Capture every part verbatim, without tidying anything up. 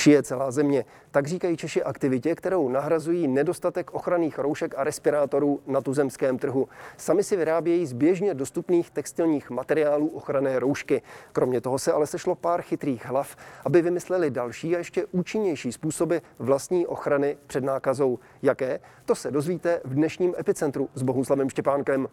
šije celá země. Tak říkají Češi aktivitě, kterou nahrazují nedostatek ochranných roušek a respirátorů na tuzemském trhu. Sami si vyrábějí z běžně dostupných textilních materiálů ochranné roušky. Kromě toho se ale sešlo pár chytrých hlav, aby vymysleli další a ještě účinnější způsoby vlastní ochrany před nákazou. Jaké? To se dozvíte v dnešním Epicentru s Bohuslavem Štěpánkem.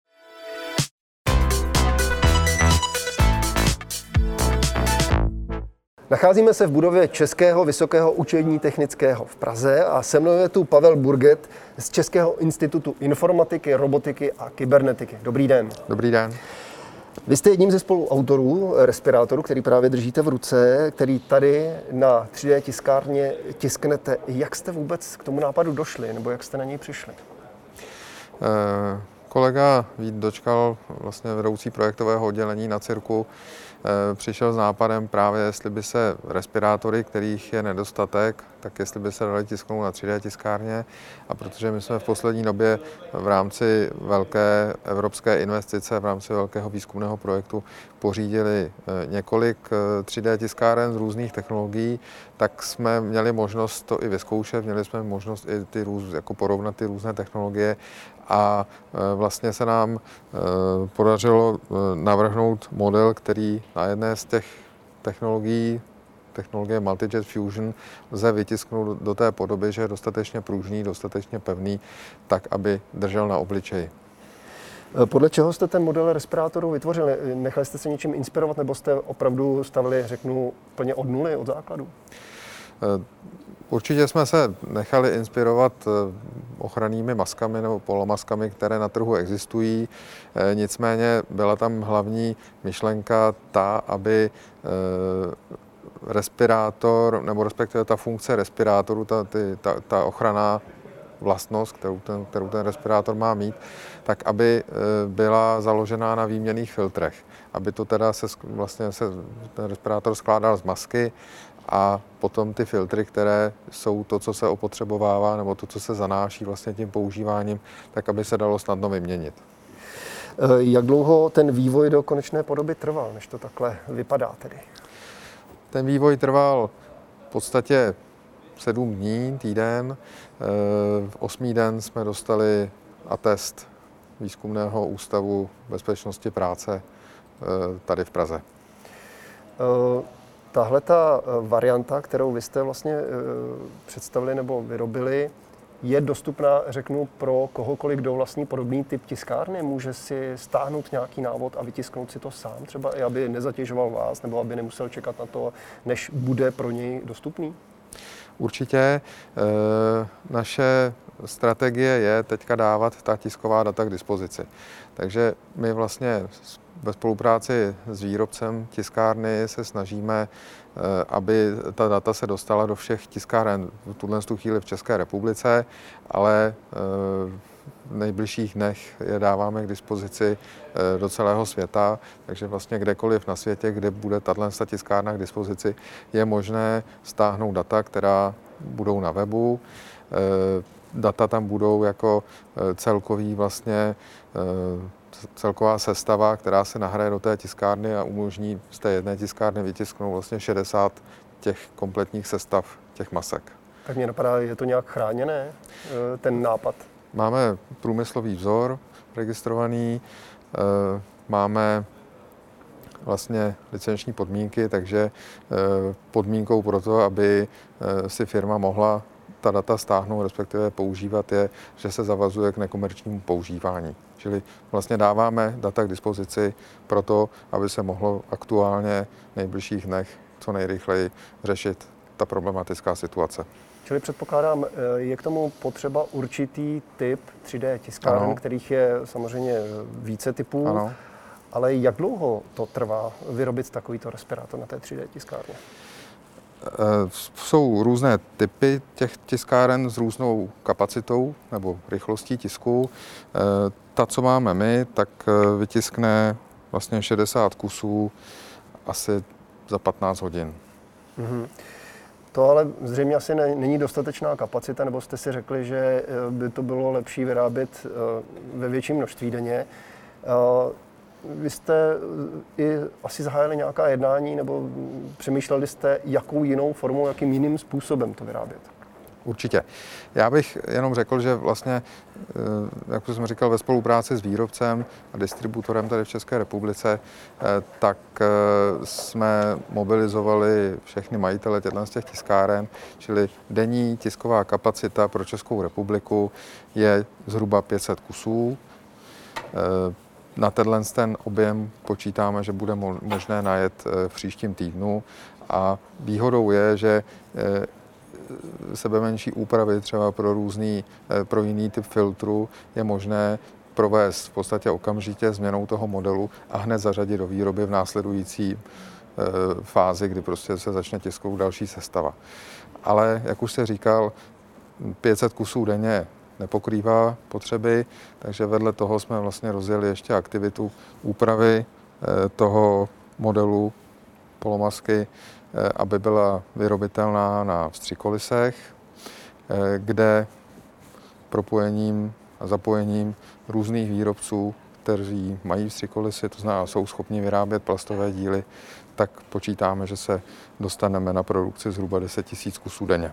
Nacházíme se v budově Českého vysokého učení technického v Praze a se mnou je tu Pavel Burget z Českého institutu informatiky, robotiky a kybernetiky. Dobrý den. Dobrý den. Vy jste jedním ze spoluautorů respirátoru, který právě držíte v ruce, který tady na tři dé tiskárně tisknete. Jak jste vůbec k tomu nápadu došli, nebo jak jste na něj přišli? Eh, kolega Vít Dočkal, vlastně vedoucí projektového oddělení na Cirku, eh, přišel s nápadem právě, jestli by se respirátory, kterých je nedostatek, tak jestli by se dali tisknout na tři dé tiskárně. A protože my jsme v poslední době v rámci velké evropské investice, v rámci velkého výzkumného projektu pořídili několik tři dé tiskáren z různých technologií, tak jsme měli možnost to i vyzkoušet, měli jsme možnost i ty růz, jako porovnat ty různé technologie a vlastně se nám podařilo navrhnout model, který na jedné z těch technologií, technologie Multijet Fusion, lze vytisknout do té podoby, že je dostatečně pružný, dostatečně pevný, tak, aby držel na obličeji. Podle čeho jste ten model respirátoru vytvořili? Nechali jste se něčím inspirovat, nebo jste opravdu stavili, řeknu, plně od nuly, od základu? Určitě jsme se nechali inspirovat ochrannými maskami nebo polomaskami, které na trhu existují. Nicméně byla tam hlavní myšlenka ta, aby respirátor, nebo respektive ta funkce respirátoru, ta, ty, ta, ta ochranná vlastnost, kterou ten, kterou ten respirátor má mít, tak aby byla založená na výměnných filtrech. Aby to teda se, vlastně se ten respirátor skládal z masky a potom ty filtry, které jsou to, co se opotřebovává, nebo to, co se zanáší vlastně tím používáním, tak aby se dalo snadno vyměnit. Jak dlouho ten vývoj do konečné podoby trval, než to takhle vypadá tedy? Ten vývoj trval v podstatě sedm dní, týden. V osmý den jsme dostali atest Výzkumného ústavu bezpečnosti práce tady v Praze. Tahle ta varianta, kterou vy jste vlastně představili nebo vyrobili, je dostupná, řeknu, pro kohokoliv, kdo vlastní podobný typ tiskárny? Může si stáhnout nějaký návod a vytisknout si to sám, třeba i aby nezatěžoval vás, nebo aby nemusel čekat na to, než bude pro něj dostupný? Určitě. Naše strategie je teďka dávat ta tisková data k dispozici. Takže my vlastně ve spolupráci s výrobcem tiskárny se snažíme, aby ta data se dostala do všech tiskáren v tuhle chvíli v České republice, ale v nejbližších dnech je dáváme k dispozici do celého světa, takže vlastně kdekoliv na světě, kde bude tato tiskárna k dispozici, je možné stáhnout data, která budou na webu. Data tam budou jako celkový vlastně celková sestava, která se nahraje do té tiskárny a umožní z té jedné tiskárny vytisknout vlastně šedesát těch kompletních sestav těch masek. Tak mě napadá, je to nějak chráněné, ten nápad? Máme průmyslový vzor registrovaný, máme vlastně licenční podmínky, takže podmínkou pro to, aby si firma mohla ta data stáhnout, respektive používat, je, že se zavazuje k nekomerčnímu používání. Čili vlastně dáváme data k dispozici pro to, aby se mohlo aktuálně v nejbližších dnech co nejrychleji řešit ta problematická situace. Čili předpokládám, je k tomu potřeba určitý typ tři dé tiskáren, kterých je samozřejmě více typů, ano. Ale jak dlouho to trvá vyrobit takovýto respirátor na té tři dé tiskárně? Jsou různé typy těch tiskáren s různou kapacitou nebo rychlostí tisku. Ta, co máme my, tak vytiskne vlastně šedesát kusů asi za patnáct hodin. Mm-hmm. To ale zřejmě asi ne, není dostatečná kapacita, nebo jste si řekli, že by to bylo lepší vyrábět ve větším množství denně. vy jste i asi zahájili nějaká jednání nebo přemýšleli jste, jakou jinou formou, jakým jiným způsobem to vyrábět? Určitě. Já bych jenom řekl, že vlastně, jak jsem říkal, ve spolupráci s výrobcem a distributorem tady v České republice, tak jsme mobilizovali všechny majitele těchto z těch tiskáren, čili denní tisková kapacita pro Českou republiku je zhruba pět set kusů. Na tenhle ten objem počítáme, že bude možné najet v příštím týdnu a výhodou je, že sebemenší úpravy třeba pro různý, pro jiný typ filtru je možné provést v podstatě okamžitě změnou toho modelu a hned zařadit do výroby v následující fázi, kdy prostě se začne tisknout další sestava. Ale, jak už jste říkal, pět set kusů denně nepokrývá potřeby, takže vedle toho jsme vlastně rozjeli ještě aktivitu úpravy toho modelu polomasky, aby byla vyrobitelná na vstřikolisech, kde propojením a zapojením různých výrobců, kteří mají vstřikolisy, to znamená, jsou schopni vyrábět plastové díly, tak počítáme, že se dostaneme na produkci zhruba deset tisíc kusů denně.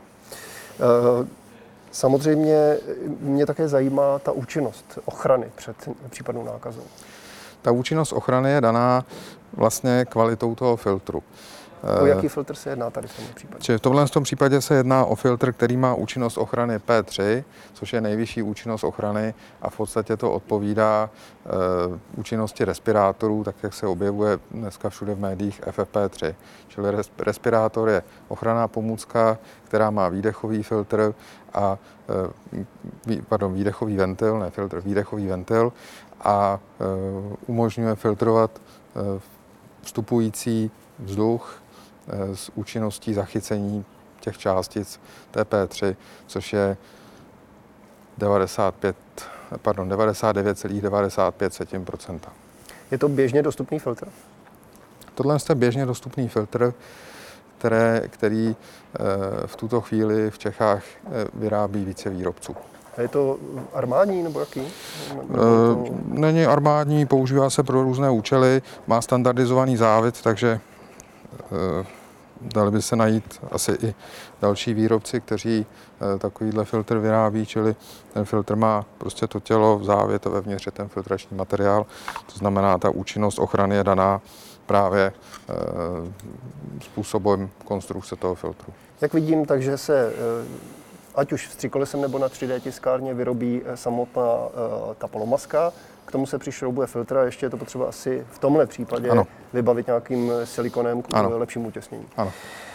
Samozřejmě mě také zajímá ta účinnost ochrany před případnou nákazou. Ta účinnost ochrany je daná vlastně kvalitou toho filtru. O jaký filtr se jedná tady v tomto případě? Čiže v tomhle tom případě se jedná o filtr, který má účinnost ochrany P tři, což je nejvyšší účinnost ochrany a v podstatě to odpovídá e, účinnosti respirátorů, tak jak se objevuje dneska všude v médiích F F P tři. Čili res, respirátor je ochranná pomůcka, která má výdechový filtr a e, pardon, výdechový ventil, ne filtr, výdechový ventil a e, umožňuje filtrovat e, vstupující vzduch s účinností zachycení těch částic T P tři, což je devadesát pět, pardon, devadesát devět celá devadesát pět procenta. Je to běžně dostupný filtr? Tohle je běžně dostupný filtr, které, který v tuto chvíli v Čechách vyrábí více výrobců. A je to armádní nebo jaký? Nebo to... Není armádní, používá se pro různé účely, má standardizovaný závit, takže dali by se najít asi i další výrobci, kteří takovýhle filtr vyrábí, čili ten filtr má prostě to tělo, závět a vevnitř je ten filtrační materiál. To znamená, ta účinnost ochrany je daná právě způsobem konstrukce toho filtru. Jak vidím, takže se ať už vstřikolisem nebo na tři dé tiskárně vyrobí samotná ta polomaska. K tomu se přišroubuje filtr a ještě je to potřeba asi v tomhle případě ano. vybavit nějakým silikonem k ano. lepšímu utěsnění. Ano.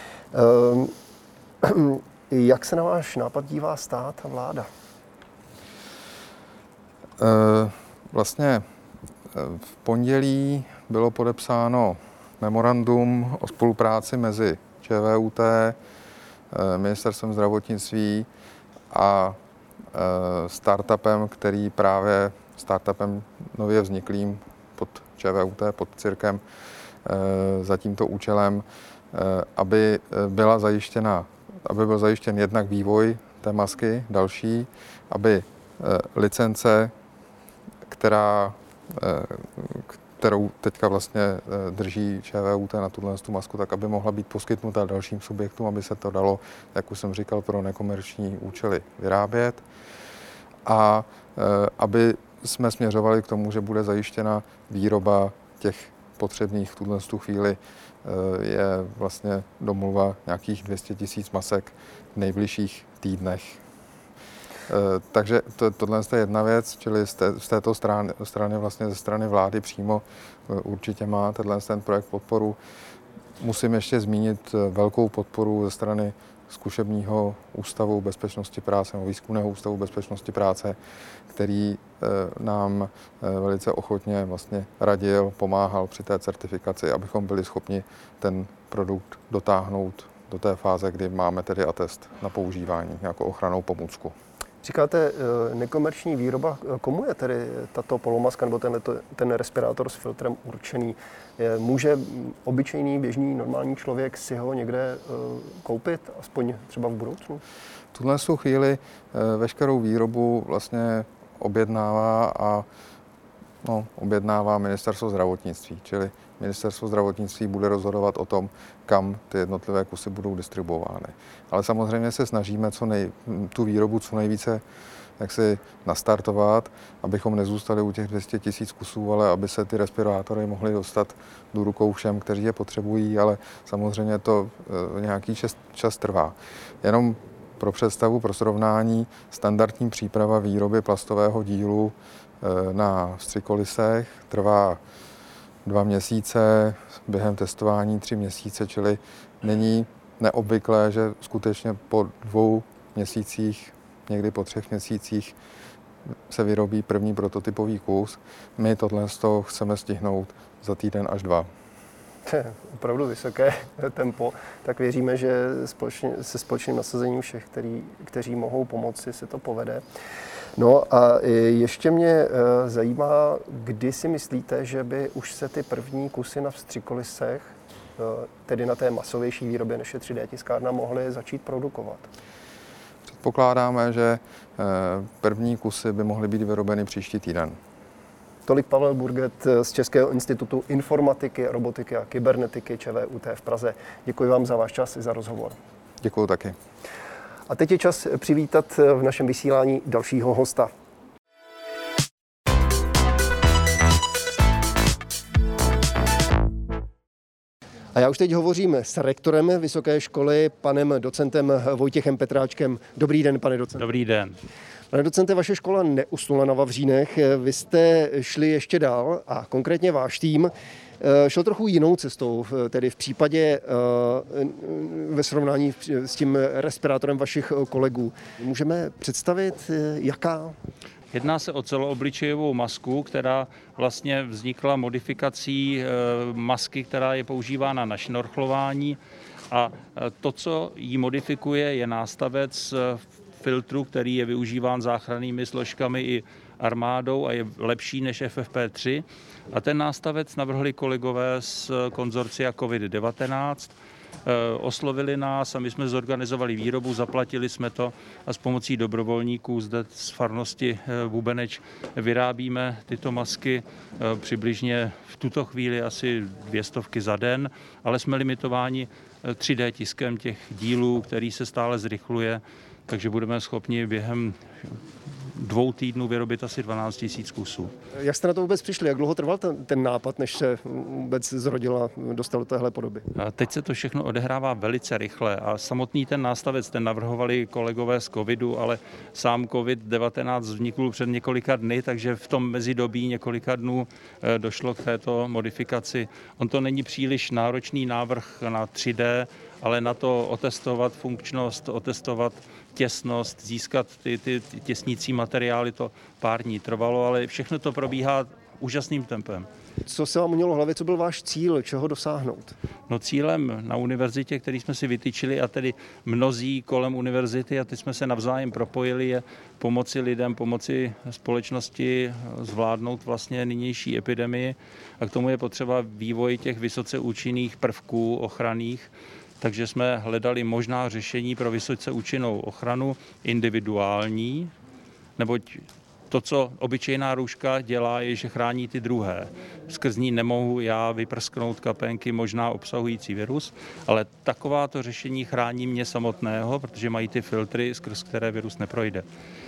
Um, jak se na váš nápad dívá stát a vláda? Uh, vlastně v pondělí bylo podepsáno memorandum o spolupráci mezi ČVUT, Ministerstvem zdravotnictví a startupem, který právě startupem nově vzniklým pod ČVUT, pod cirkem, za tímto účelem, aby byla zajištěna, aby byl zajištěn jednak vývoj té masky, další, aby licence, která, kterou teďka vlastně drží ČVUT na tuhle tu masku, tak aby mohla být poskytnuta dalším subjektům, aby se to dalo, jak už jsem říkal, pro nekomerční účely vyrábět. A aby jsme směřovali k tomu, že bude zajištěna výroba těch potřebných v tuhle tu chvíli, je vlastně domluva nějakých dvě stě tisíc masek v nejbližších týdnech. Takže to, tohle je jedna věc, čili z, té, z této strany, strany, vlastně ze strany vlády přímo určitě má tenhle ten projekt podporu. Musím ještě zmínit velkou podporu ze strany Zkušebního ústavu bezpečnosti práce, nebo Výzkumného ústavu bezpečnosti práce, který nám velice ochotně vlastně radil, pomáhal při té certifikaci, abychom byli schopni ten produkt dotáhnout do té fáze, kdy máme tedy atest na používání jako ochrannou pomůcku. Říkáte nekomerční výroba, komu je tedy tato polomaska nebo ten, ten respirátor s filtrem určený? Může obyčejný, běžný, normální člověk si ho někde koupit, aspoň třeba v budoucnu? V tuhle chvíli veškerou výrobu vlastně objednává a No, objednává ministerstvo zdravotnictví, čili ministerstvo zdravotnictví bude rozhodovat o tom, kam ty jednotlivé kusy budou distribuovány. Ale samozřejmě se snažíme co nej, tu výrobu co nejvíce jak si nastartovat, abychom nezůstali u těch dvě stě tisíc kusů, ale aby se ty respirátory mohly dostat do rukou všem, kteří je potřebují, ale samozřejmě to e, nějaký čas, čas trvá. Jenom pro představu, pro srovnání, standardní příprava výroby plastového dílu e, na vstřikolisech trvá dva měsíce, během testování tři měsíce, čili není neobvyklé, že skutečně po dvou měsících, někdy po třech měsících se vyrobí první prototypový kus. My tohle z toho chceme stihnout za týden až dva. To je opravdu vysoké tempo, tak věříme, že společně, se společným nasazením všech, který, kteří mohou pomoci, se to povede. No a ještě mě zajímá, kdy si myslíte, že by už se ty první kusy na vstřikolisech, tedy na té masovější výrobě než je tři dé tiskárna, mohly začít produkovat? Předpokládáme, že první kusy by mohly být vyrobeny příští týden. Tolik Pavel Burget z Českého institutu informatiky, robotiky a kybernetiky ČVUT v Praze. Děkuji vám za váš čas i za rozhovor. Děkuji taky. A teď je čas přivítat v našem vysílání dalšího hosta. A já už teď hovořím s rektorem vysoké školy, panem docentem Vojtěchem Petráčkem. Dobrý den, pane docente. Dobrý den. Pane docente, vaše škola neusnula na Vavřínech, vy jste šli ještě dál a konkrétně váš tým šel trochu jinou cestou, tedy v případě ve srovnání s tím respirátorem vašich kolegů. Můžeme představit, jaká? Jedná se o celoobličejovou masku, která vlastně vznikla modifikací masky, která je používána na šnorchlování, a to, co ji modifikuje, je nástavec filtru, který je využíván záchrannými složkami i armádou a je lepší než F F P tři. A ten nástavec navrhli kolegové z konzorcia COVID devatenáct. Oslovili nás a my jsme zorganizovali výrobu, zaplatili jsme to a s pomocí dobrovolníků zde z farnosti Bubeneč vyrábíme tyto masky přibližně v tuto chvíli asi dvě stovky za den, ale jsme limitováni tři dé tiskem těch dílů, který se stále zrychluje, takže budeme schopni během dvou týdnů vyrobit asi dvanáct tisíc kusů. Jak jste na to vůbec přišli? Jak dlouho trval ten, ten nápad, než se vůbec zrodil a dostal do téhle podoby? A teď se to všechno odehrává velice rychle a samotný ten nástavec, ten navrhovali kolegové z covidu, ale sám COVID devatenáct vznikl před několika dny, takže v tom mezidobí několika dnů došlo k této modifikaci. On to není příliš náročný návrh na tři dé, ale na to otestovat funkčnost, otestovat těsnost, získat ty, ty těsnící materiály, to pár dní trvalo, ale všechno to probíhá úžasným tempem. Co se vám umělo v hlavě, co byl váš cíl, čeho dosáhnout? No cílem na univerzitě, který jsme si vytyčili, a tedy mnozí kolem univerzity, a teď jsme se navzájem propojili, je pomoci lidem, pomoci společnosti zvládnout vlastně nynější epidemii, a k tomu je potřeba vývoj těch vysoce účinných prvků ochranných. Takže jsme hledali možná řešení pro vysoce účinnou ochranu individuální, neboť to, co obyčejná rouška dělá, je, že chrání ty druhé. Skrz ní nemohu já vyprsknout kapénky možná obsahující virus, ale takováto řešení chrání mě samotného, protože mají ty filtry, skrz které virus neprojde.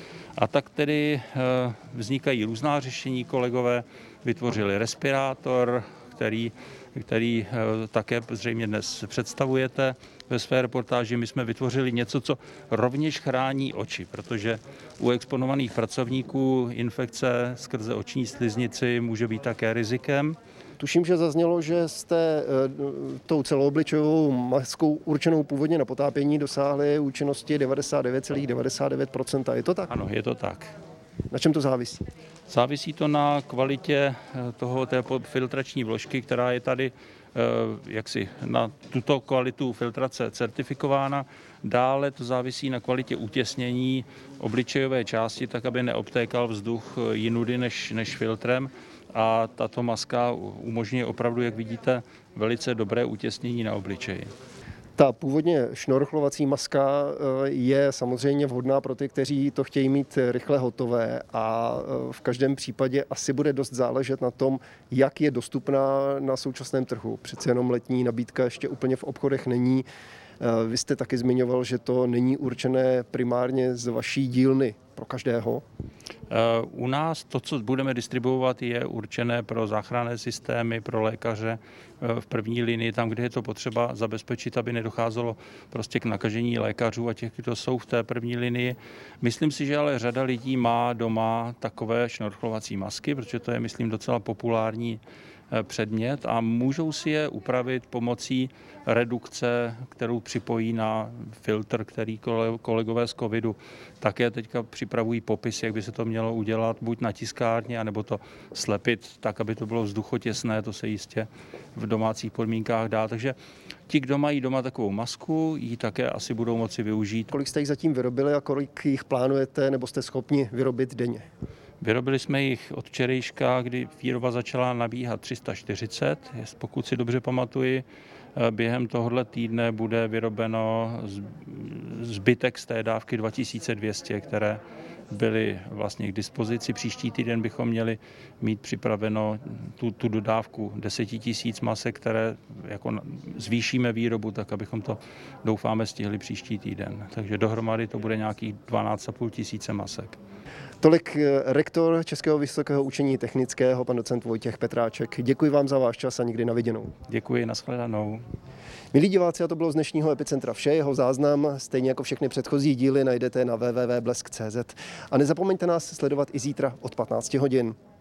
A tak tedy vznikají různá řešení. Kolegové vytvořili respirátor, který který také zřejmě dnes představujete ve své reportáži. My jsme vytvořili něco, co rovněž chrání oči, protože u exponovaných pracovníků infekce skrze oční sliznici může být také rizikem. Tuším, že zaznělo, že jste tou celoobličejovou maskou určenou původně na potápění dosáhli účinnosti devadesát devět celá devadesát devět procenta. Je to tak? Ano, je to tak. Na čem to závisí? Závisí to na kvalitě toho, té filtrační vložky, která je tady jaksi na tuto kvalitu filtrace certifikována. Dále to závisí na kvalitě utěsnění obličejové části, tak aby neobtékal vzduch jinudy než, než filtrem. A tato maska umožňuje opravdu, jak vidíte, velice dobré utěsnění na obličeji. Ta původně šnorchlovací maska je samozřejmě vhodná pro ty, kteří to chtějí mít rychle hotové a v každém případě asi bude dost záležet na tom, jak je dostupná na současném trhu. Přece jenom letní nabídka ještě úplně v obchodech není. Vy jste taky zmiňoval, že to není určené primárně z vaší dílny pro každého. U nás to, co budeme distribuovat, je určené pro záchranné systémy, pro lékaře v první linii, tam, kde je to potřeba zabezpečit, aby nedocházelo prostě k nakažení lékařů a těch, kdo jsou v té první linii. Myslím si, že ale řada lidí má doma takové šnorchlovací masky, protože to je, myslím, docela populární předmět a můžou si je upravit pomocí redukce, kterou připojí na filtr, který kolegové z covidu také teďka připravují popis, jak by se to mělo udělat, buď na tiskárně, anebo to slepit tak, aby to bylo vzduchotěsné, to se jistě v domácích podmínkách dá. Takže ti, kdo mají doma takovou masku, ji také asi budou moci využít. Kolik jste jich zatím vyrobili a kolik jich plánujete nebo jste schopni vyrobit denně? Vyrobili jsme jich od včerejška, kdy výroba začala nabíhat tři sta čtyřicet, pokud si dobře pamatuji. Během tohohle týdne bude vyrobeno zbytek z té dávky dva tisíce dvě stě, které byly vlastně k dispozici. Příští týden bychom měli mít připraveno tu, tu dodávku deset tisíc masek, které jako zvýšíme výrobu, tak abychom to, doufáme, stihli příští týden. Takže dohromady to bude nějakých dvanáct a půl tisíce masek. Tolik rektor Českého vysokého učení technického, pan docent Vojtěch Petráček. Děkuji vám za váš čas a nikdy na viděnou. Děkuji, nashledanou. Milí diváci, a to bylo z dnešního Epicentra vše. Jeho záznam, stejně jako všechny předchozí díly, najdete na w w w tečka blesk tečka c z. A nezapomeňte nás sledovat i zítra od patnácti hodin.